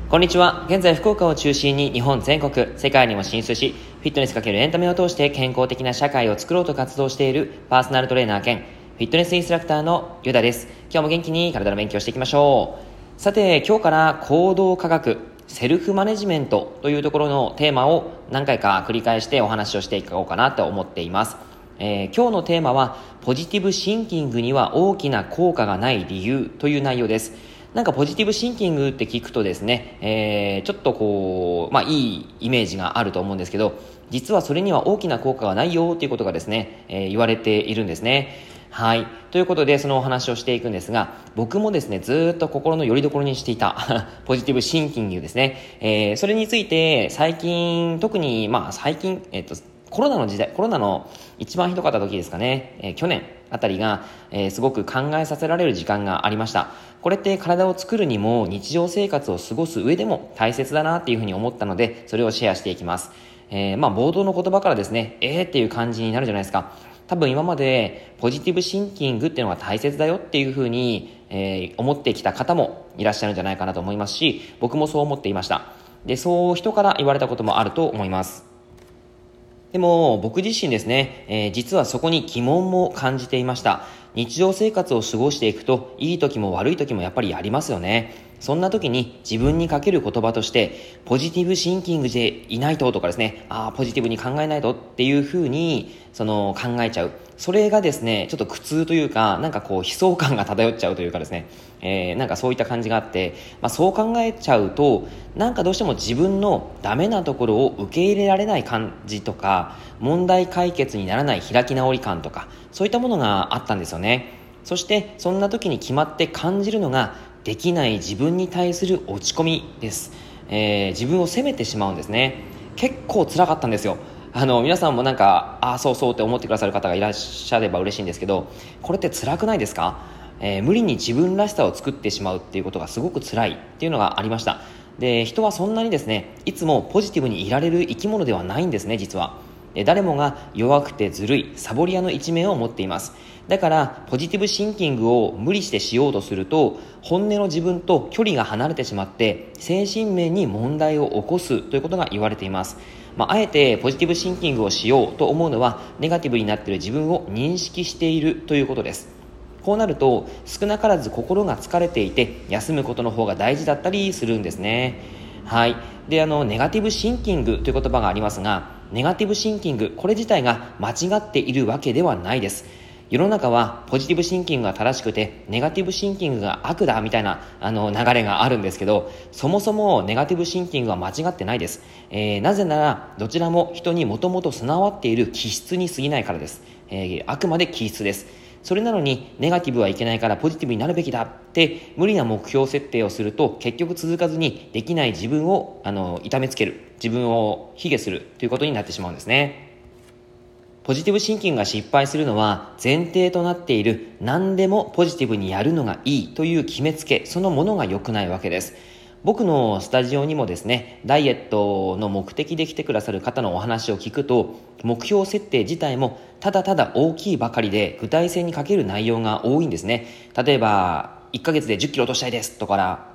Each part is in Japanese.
こんにちは。現在福岡を中心に日本全国、世界にも進出し、フィットネス×エンタメを通して健康的な社会を作ろうと活動しているパーソナルトレーナー兼フィットネスインストラクターのユダです。今日も元気に体の勉強していきましょう。さて、今日から行動科学、セルフマネジメントというところのテーマを何回か繰り返してお話をしていこうかなと思っています。今日のテーマはポジティブシンキングには大きな効果がない理由という内容です。なんかポジティブシンキングって聞くとですね、ちょっといいイメージがあると思うんですけど、実はそれには大きな効果がないよということがですね、言われているんですね。はい。ということで、そのお話をしていくんですが、僕もですね、ずっと心の拠り所にしていたポジティブシンキングですね。それについて、最近、特に、コロナの時代、コロナの一番ひどかった時ですかね、去年あたりが、すごく考えさせられる時間がありました。これって体を作るにも日常生活を過ごす上でも大切だなっていうふうに思ったので、それをシェアしていきます。冒頭の言葉からですね、っていう感じになるじゃないですか。多分今までポジティブシンキングっていうのが大切だよっていうふうに、思ってきた方もいらっしゃるんじゃないかなと思いますし、僕もそう思っていました。で、そう人から言われたこともあると思います。でも僕自身ですね、実はそこに疑問も感じていました。日常生活を過ごしていくといい時も悪い時もやっぱりありますよね。そんな時に自分にかける言葉としてポジティブシンキングでいないとかですね、ポジティブに考えないとっていうふうに考えちゃう。それがですね、ちょっと苦痛というか、なんかこう悲壮感が漂っちゃうというかですね、なんかそういった感じがあって、そう考えちゃうと、なんかどうしても自分のダメなところを受け入れられない感じとか、問題解決にならない開き直り感とか、そういったものがあったんですよね。そしてそんな時に決まって感じるのが、できない自分に対する落ち込みです。自分を責めてしまうんですね。結構辛かったんですよ。皆さんもなんかそうそうって思ってくださる方がいらっしゃれば嬉しいんですけど、これって辛くないですか？無理に自分らしさを作ってしまうっていうことがすごく辛いっていうのがありました。で、人はそんなにですね、いつもポジティブにいられる生き物ではないんですね、実は。誰もが弱くてずるいサボり屋の一面を持っています。だからポジティブシンキングを無理してしようとすると、本音の自分と距離が離れてしまって精神面に問題を起こすということが言われています。あえてポジティブシンキングをしようと思うのは、ネガティブになっている自分を認識しているということです。こうなると少なからず心が疲れていて、休むことの方が大事だったりするんですね。はい。で、ネガティブシンキングという言葉がありますが、ネガティブシンキング、これ自体が間違っているわけではないです。世の中はポジティブシンキングが正しくて、ネガティブシンキングが悪だみたいな流れがあるんですけど、そもそもネガティブシンキングは間違ってないです。なぜならどちらも人にもともと備わっている気質に過ぎないからです。あくまで気質です。それなのにネガティブはいけないからポジティブになるべきだって無理な目標設定をすると、結局続かずにできない自分を痛めつける、自分を卑下するということになってしまうんですね。ポジティブシンキングが失敗するのは、前提となっている何でもポジティブにやるのがいいという決めつけそのものが良くないわけです。僕のスタジオにもですね、ダイエットの目的で来てくださる方のお話を聞くと、目標設定自体もただただ大きいばかりで具体性に欠ける内容が多いんですね。例えば1ヶ月で10キロ落としたいですとか、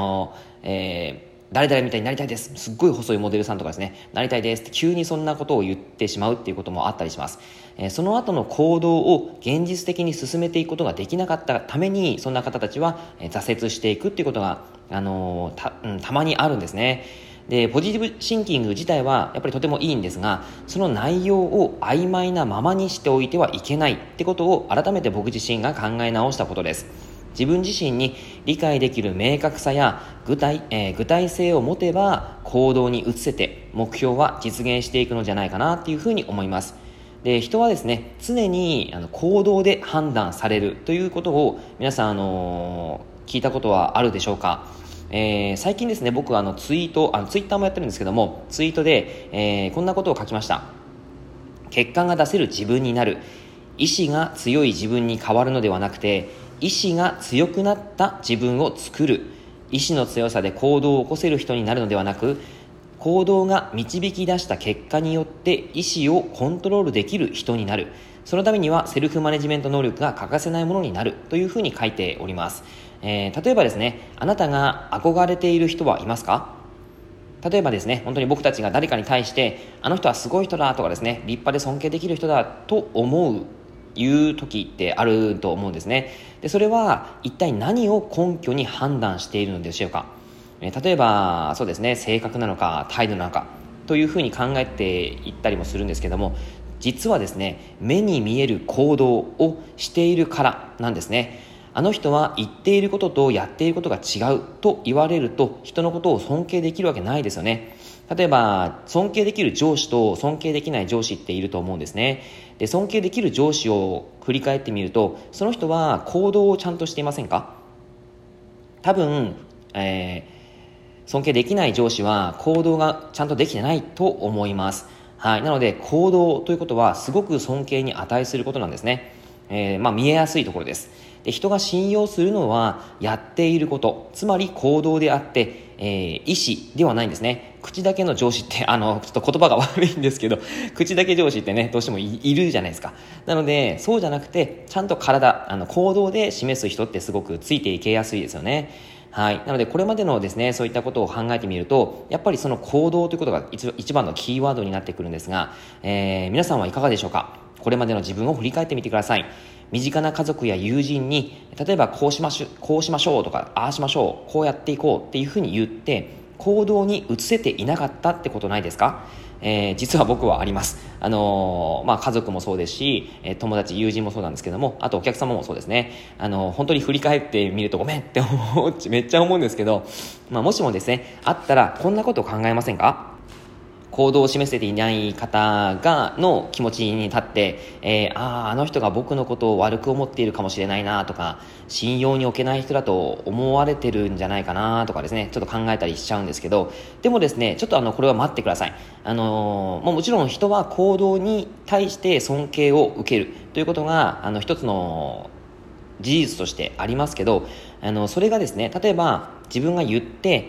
誰々みたいになりたいです、すっごい細いモデルさんとかですね、なりたいですって急にそんなことを言ってしまうっていうこともあったりします。その後の行動を現実的に進めていくことができなかったために、そんな方たちは挫折していくっていうことがたまにあるんですね。で、ポジティブシンキング自体はやっぱりとてもいいんですが、その内容を曖昧なままにしておいてはいけないってことを改めて僕自身が考え直したことです。自分自身に理解できる明確さや具体性を持てば行動に移せて、目標は実現していくのじゃないかなっていうふうに思います。で、人はですね、常に行動で判断されるということを皆さん聞いたことはあるでしょうか？最近ですね、僕ツイッターもやってるんですけども、ツイートで、こんなことを書きました。結果が出せる自分になる。意志が強い自分に変わるのではなくて、意志が強くなった自分を作る。意志の強さで行動を起こせる人になるのではなく、行動が導き出した結果によって意志をコントロールできる人になる。そのためにはセルフマネジメント能力が欠かせないものになるというふうに書いております。 例えばですね、あなたが憧れている人はいますか？例えばですね、本当に僕たちが誰かに対して、あの人はすごい人だとかですね、立派で尊敬できる人だという時ってあると思うんですね。で、それは一体何を根拠に判断しているのでしょうか。例えば、そうですね、性格なのか、態度なのか、というふうに考えていったりもするんですけども、実はですね、目に見える行動をしているからなんですね。あの人は言っていることとやっていることが違うと言われると、人のことを尊敬できるわけないですよね。例えば、尊敬できる上司と尊敬できない上司っていると思うんですね。で、尊敬できる上司を振り返ってみると、その人は行動をちゃんとしていませんか？多分、尊敬できない上司は行動がちゃんとできてないと思います。はい。なので、行動ということはすごく尊敬に値することなんですね。見えやすいところです。で、人が信用するのはやっていること、つまり行動であって、意思ではないんですね。口だけの上司って、ちょっと言葉が悪いんですけど、口だけ上司ってね、どうしてもいるじゃないですか。なので、そうじゃなくて、ちゃんと行動で示す人ってすごくついていけやすいですよね。はい。なので、これまでのですね、そういったことを考えてみると、やっぱりその行動ということが一番のキーワードになってくるんですが、皆さんはいかがでしょうか？これまでの自分を振り返ってみてください。身近な家族や友人に、例えばこうしましょうとか、ああしましょう、こうやっていこうっていうふうに言って、行動に移せていなかったってことないですか？実は僕はあります。家族もそうですし、友達、友人もそうなんですけども、あとお客様もそうですね。本当に振り返ってみるとごめんってめっちゃ思うんですけど、もしもですね、あったらこんなことを考えませんか？行動を示せていない方の気持ちに立って、あの人が僕のことを悪く思っているかもしれないなとか、信用に置けない人だと思われてるんじゃないかなとかですね、ちょっと考えたりしちゃうんですけど、でもですね、ちょっとこれは待ってください。もちろん人は行動に対して尊敬を受けるということが、一つの事実としてありますけど、それがですね、例えば自分が言って、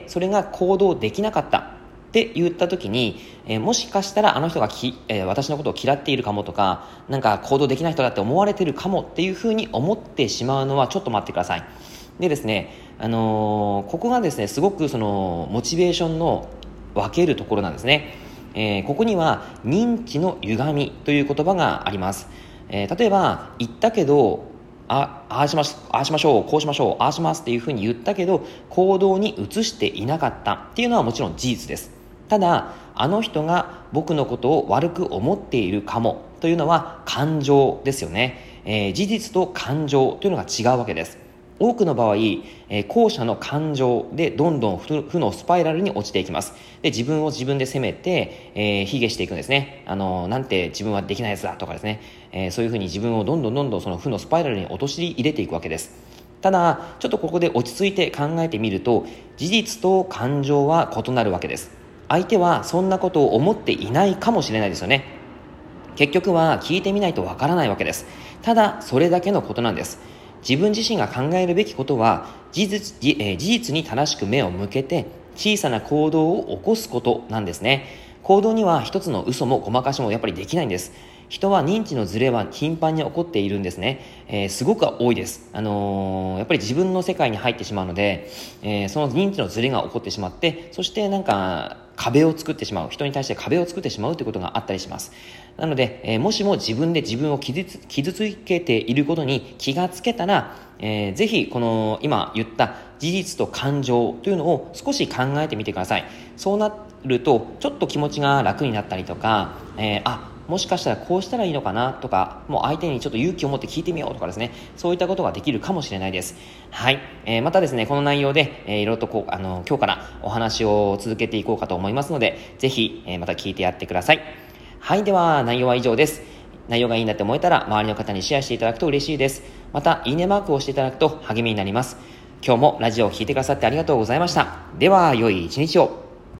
それが行動できなかったって言った時に、もしかしたらあの人が私のことを嫌っているかもとか、なんか行動できない人だって思われているかもっていうふうに思ってしまうのはちょっと待ってください。でですね、ここがですね、すごくそのモチベーションの分けるところなんですね。ここには認知の歪みという言葉があります。例えば言ったけど、ああしましょう、こうしましょう、ああしますっていうふうに言ったけど行動に移していなかったっていうのはもちろん事実です。ただ、あの人が僕のことを悪く思っているかもというのは感情ですよね。事実と感情というのが違うわけです。多くの場合、後者の感情でどんどん負のスパイラルに落ちていきます。で、自分を自分で責めて、卑下していくんですね。なんて自分はできないやつだとかですね。そういうふうに自分をどんどんその負のスパイラルに陥れていくわけです。ただ、ちょっとここで落ち着いて考えてみると、事実と感情は異なるわけです。相手はそんなことを思っていないかもしれないですよね。結局は聞いてみないとわからないわけです。ただ、それだけのことなんです。自分自身が考えるべきことは事実に正しく目を向けて小さな行動を起こすことなんですね。行動には一つの嘘もごまかしもやっぱりできないんです。人は認知のズレは頻繁に起こっているんですね。すごく多いです。やっぱり自分の世界に入ってしまうので、その認知のズレが起こってしまって、そしてなんか壁を作ってしまう、人に対して壁を作ってしまうということがあったりします。なので、もしも自分で自分を傷つけていることに気がつけたら、ぜひこの今言った事実と感情というのを少し考えてみてください。そうなるとちょっと気持ちが楽になったりとか、もしかしたらこうしたらいいのかなとか、もう相手にちょっと勇気を持って聞いてみようとかですね、そういったことができるかもしれないです。はい。またですね、この内容で、いろいろと今日からお話を続けていこうかと思いますので、ぜひ、また聞いてやってください。はい。では、内容は以上です。内容がいいなって思えたら、周りの方にシェアしていただくと嬉しいです。また、いいねマークをしていただくと励みになります。今日もラジオを聞いてくださってありがとうございました。では、良い一日を。